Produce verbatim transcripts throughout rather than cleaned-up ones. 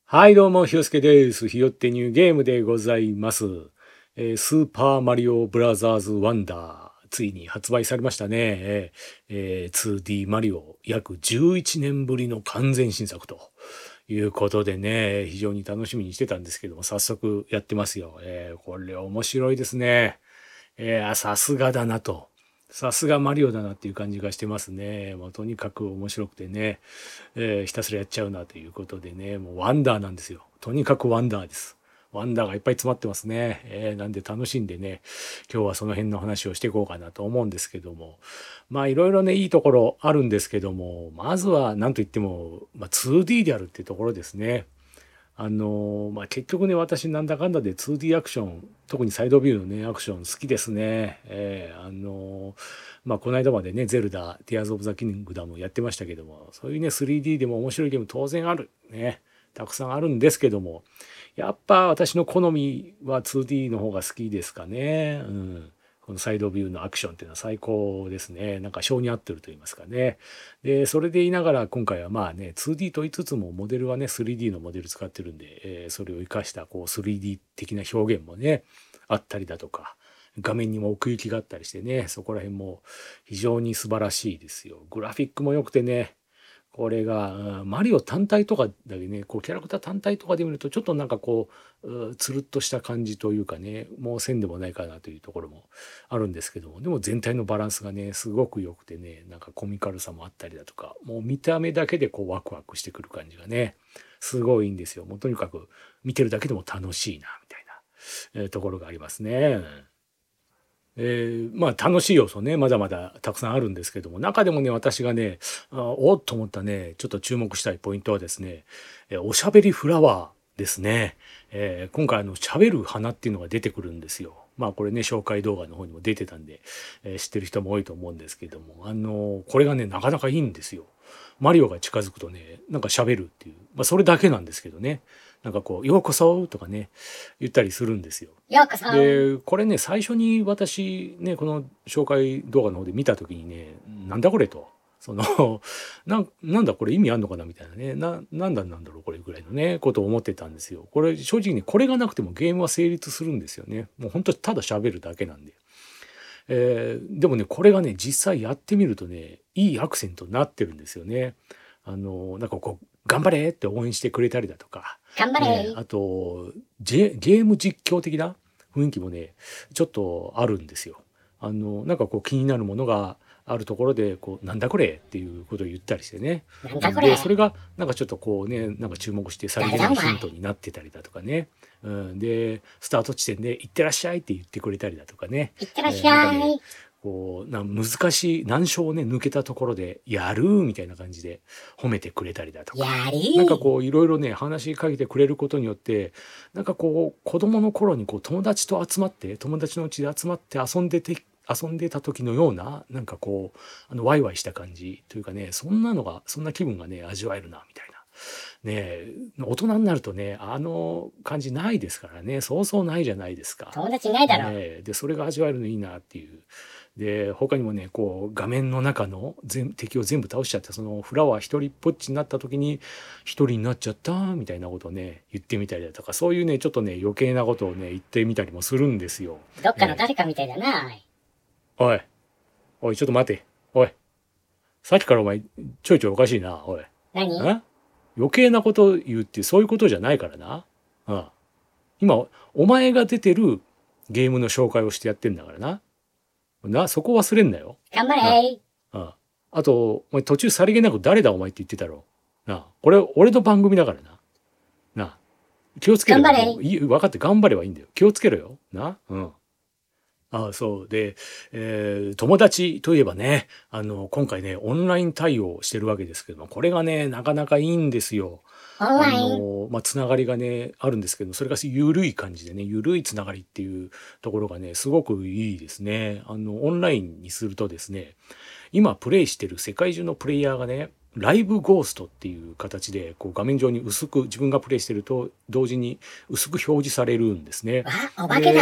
はい、どうも、ひよすけです。ひよってニューゲームでございます。えースーパーマリオブラザーズワンダー、ついに発売されましたね。えーえー ツーディー マリオ、約じゅういちねんぶりの完全新作ということでね、非常に楽しみにしてたんですけども、早速やってますよ。えーこれ面白いですね。えーさすがだなと。さすがマリオだなっていう感じがしてますね。もうとにかく面白くてね。えーひたすらやっちゃうなということでね、もうワンダーなんですよ。とにかくワンダーです。ワンダーがいっぱい詰まってますね。えーなんで楽しんでね、今日はその辺の話をしていこうかなと思うんですけども、まあいろいろね、いいところあるんですけども、まずは何と言っても、まあ、ツーディー であるっていうところですね。あのまあ、結局ね、私なんだかんだで ツーディー アクション、特にサイドビューのね、アクション好きですね。えーあのまあ、この間までね、ゼルダ、ティアーズ・オブ・ザ・キングダムやってましたけども、そういうね、スリーディー でも面白いゲーム当然ある。ね。たくさんあるんですけども、やっぱ私の好みは ツーディー の方が好きですかね。うん。このサイドビューのアクションっていうのは最高ですね。なんか性に合ってると言いますかね。で、それで言いながら今回はまあね、ツーディー と言いつつもモデルはね、スリーディー のモデル使ってるんで、えーそれを活かしたこう スリーディー 的な表現もね、あったりだとか、画面にも奥行きがあったりしてね、そこら辺も非常に素晴らしいですよ。グラフィックも良くてね、これが、うんマリオ単体とかだけね、こうキャラクター単体とかで見るとちょっとなんかこう、うつるっとした感じというかね、もうせんでもないかなというところもあるんですけども、でも全体のバランスがね、すごく良くてね、なんかコミカルさもあったりだとか、もう見た目だけでこうワクワクしてくる感じがね、すごいいいんですよ。もうとにかく見てるだけでも楽しいな、みたいな、えーところがありますね。えーまあ楽しい要素ね、まだまだたくさんあるんですけども、中でもね、私がね、あおっと思ったね、ちょっと注目したいポイントはですね、えーおしゃべりフラワーですね。えー今回あの、喋る花っていうのが出てくるんですよ。まあこれね、紹介動画の方にも出てたんで、えー知ってる人も多いと思うんですけども、あのーこれがね、なかなかいいんですよ。マリオが近づくとね、なんか喋るっていう、まあそれだけなんですけどね、なんかこう、ようこそとかね、言ったりするんですよ。 ようこそ。 で、これね、最初に私ね、この紹介動画の方で見た時にね、なんだこれと。その、なん、なんだこれ意味あんのかなみたいなね。な、なんだなんだろうこれぐらいのね、ことを思ってたんですよ。これ正直にこれがなくてもゲームは成立するんですよね。もう本当ただ喋るだけなんで。えーでもね、これがね、実際やってみるとね、いいアクセントになってるんですよね。あの、なんかこう、頑張れって応援してくれたりだとか、 頑張ね、 れ。 あと、ゲゲーム実況的な雰囲気もね、ちょっとあるんですよ。あの、なんかこう気になるものがあるところで、こう、なんだこれっていうことを言ったりしてね。 なんだこれ。 で、それがなんかちょっとこうね、なんか注目してさりげ誰だお前。 ないヒントになってたりだとかね。うん、で、スタート地点で行ってらっしゃいって言ってくれたりだとかね。 いってらっしえーなんかね、 ゃい。 こう、な難しい難所をね、抜けたところで、やるみたいな感じで褒めてくれたりだとやか。 りなんかこういろいろね話しかけてくれることによってなんかこう子供の頃にこう友達と集まって友達のうちで集まって遊んでて遊んでた時のようななんかこうあのワイワイした感じというかねそんなのがそんな気分がね味わえるなみたいな。ねえ大人になるとねあの感じないですからねそうそうないじゃないですか。 友達いないだねろ。 えでそれが味わえるのいいなっていう。で他にもねこう画面の中の全敵を全部倒しちゃってそのフラワー一人っぽっちになった時に一人になっちゃったみたいなことをね言ってみたりだとかそういうねちょっとね余計なことをね言ってみたりもするんですよ。 どっかのえ誰かみたいだな。 ーおいおいちょっと待ておいさっきからお前ちょいちょいおかしいなおい。 何え余計なことを言うってそういうことじゃないからな。うん、今お前が出てるゲームの紹介をしてやってんだからな。なそこ忘れんなよ。 頑張なれ。 あああと、お前途中さりげなく誰だお前って言ってたろ。なあ、これ俺の番組だからな。なあ、気をつけろよ。 頑張れ。 もういい、分かって頑張ればいいんだよ。気をつけろよ。な。うん。ああ、そう。で、えー友達といえばね、あの、今回ね、オンライン対応してるわけですけども、これがね、なかなかいいんですよ。あオンライン。 の、まあ、つながりがね、あるんですけど、それが緩い感じでね、緩いつながりっていうところがね、すごくいいですね。あの、オンラインにするとですね、今プレイしてる世界中のプレイヤーがね、ライブゴーストっていう形でこう画面上に薄く自分がプレイしてると同時に薄く表示されるんですね。 わ、お化けで、 だ。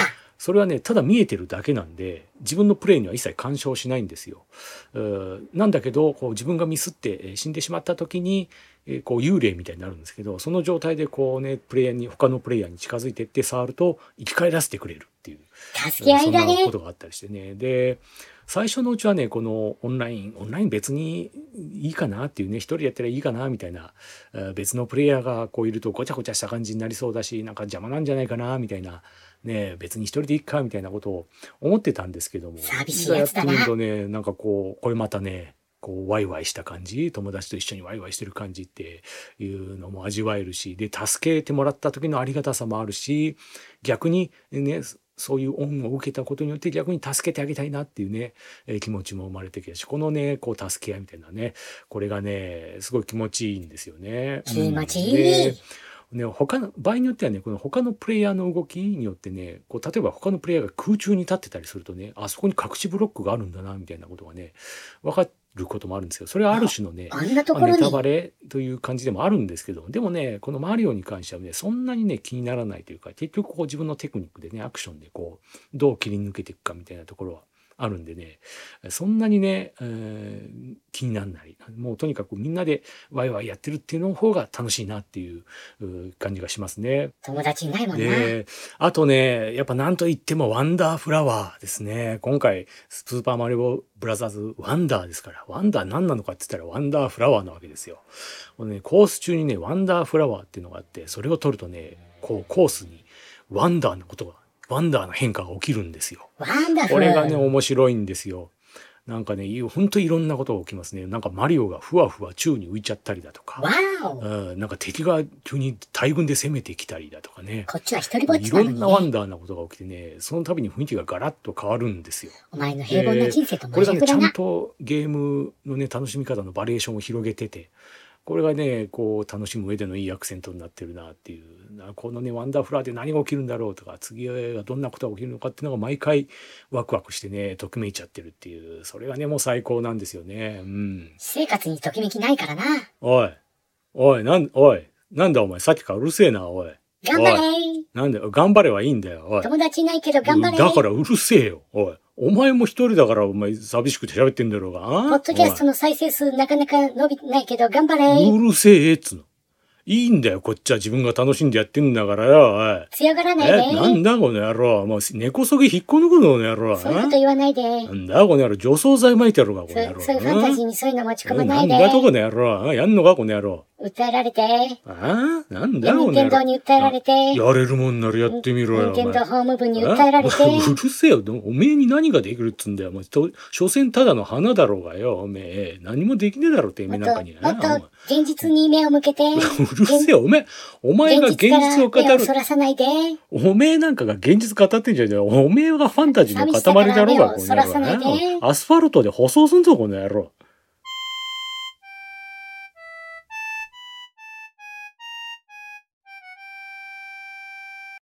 それはね、ただ見えてるだけなんで、自分のプレイには一切干渉しないんですよ。うーなんだけど、こう自分がミスってえー死んでしまった時に、えーこう幽霊みたいになるんですけど、その状態でこうね、プレイヤーに、他のプレイヤーに近づいてって触ると生き返らせてくれるっていう、 助け合そんなこいだね。 とがあったりしてね。で、最初のうちはね、このオンライン、オンライン別にいいかなっていうね、一人でやったらいいかなみたいな、えー別のプレイヤーがこういるとごちゃごちゃした感じになりそうだし、なんか邪魔なんじゃないかなみたいな、ね、別に一人でいいかみたいなことを思ってたんですけども、 寂しいいざやってやつだな。 みるとね、なんかこう、これまたね、こうワイワイした感じ、友達と一緒にワイワイしてる感じっていうのも味わえるし、で助けてもらった時のありがたさもあるし、逆にね、そういう恩を受けたことによって逆に助けてあげたいなっていうね、えー気持ちも生まれてきたし、このね、こう助け合いみたいなね、これがね、すごい気持ちいいんですよね。 気持ちいいで、ね、他の場合によってはね、この他のプレイヤーの動きによってね、こう例えば他のプレイヤーが空中に立ってたりするとね、あそこに隠しブロックがあるんだなみたいなことがね、分かることもあるんですよ。それはある種のね、 あんなとまあネタころに。 バレという感じでもあるんですけど、でもね、このマリオに関してはね、そんなにね、気にならないというか、結局こう自分のテクニックでね、アクションでこう、どう切り抜けていくかみたいなところはあるんでね、そんなにね、えー気にならない。もうとにかくみんなでワイワイやってるっていうの方が楽しいなっていううー感じがしますね。 友達いないもんな。 で、あとね、やっぱなんといってもワンダーフラワーですね。今回、スーパーマリオブラザーズワンダーですから、ワンダー何なのかって言ったらワンダーフラワーなわけですよ。このね、コース中にね、ワンダーフラワーっていうのがあって、それを取るとね、こうコースにワンダーなことが、ワンダーな変化が起きるんですよ。 ワンダフこれがね、 ル。 面白いんですよ。なんかね、いほんといろんなことが起きますね。なんかマリオがふわふわ宙に浮いちゃったりだとか、 ワオ。 うん、なんか敵が急に大軍で攻めてきたりだとかね。 こっちは一人ぼっいろちなのにね。 んなワンダーなことが起きてね、その度に雰囲気がガラッと変わるんですよ。 お前の平凡な人生とこれがね、ちゃん真逆だな。 とゲームのね、楽しみ方のバリエーションを広げてて、これがね、こう、楽しむ上でのいいアクセントになってるなっていう、なこのね、ワンダーフラーで何が起きるんだろうとか、次はどんなことが起きるのかっていうのが毎回ワクワクしてね、ときめいちゃってるっていう、それがね、もう最高なんですよね。うん。 私生活にときめきないからな。 おい、おい、なん、おい、なんだお前、さっきからうるせえな、おい。 頑張れおいなんだよ、頑張れはいいんだよ、おい。 友達いないけど頑張れだからうるせえよ、おい。お前も一人だからお前寂しくて喋ってんだろうが。 ポッドキャストの再生数なかなか伸びてないけど頑張れうるせえっつの。いいんだよ、こっちは自分が楽しんでやってんだからよ、おい。 強がらないえ、なんで。 だこの野郎。もう根こそぎ引っこ抜くの、この野郎。 そういうこと言わないで。 なんだこの野郎。除草剤撒いてやろうか、この野郎。 そそういうファンタジーにそういうの持ち込まないで。 なんだとこの野郎。やんのか、この野郎。 訴えられて。 ああなんだ任この野郎。 天堂に訴えられて。 やれるもんならやってみろよ。 任天堂お前法務部に訴えられて。 うるせえよ。おめえに何ができるっつんだよ。もうと所詮ただの花だろうがよ。おめえ。何もできねえだろ、てめえもっと、 なんかに。 もっと現実に目を向けて。 うるせえよ。おめえ、お前が現実を語る目をそ。らさないで。 おめえなんかが現実語ってんじゃねえよ。おめえがファンタジーの塊だろうが、この野郎寂しさから目をそらさないでな。アスファルトで舗装すんぞ、この野郎。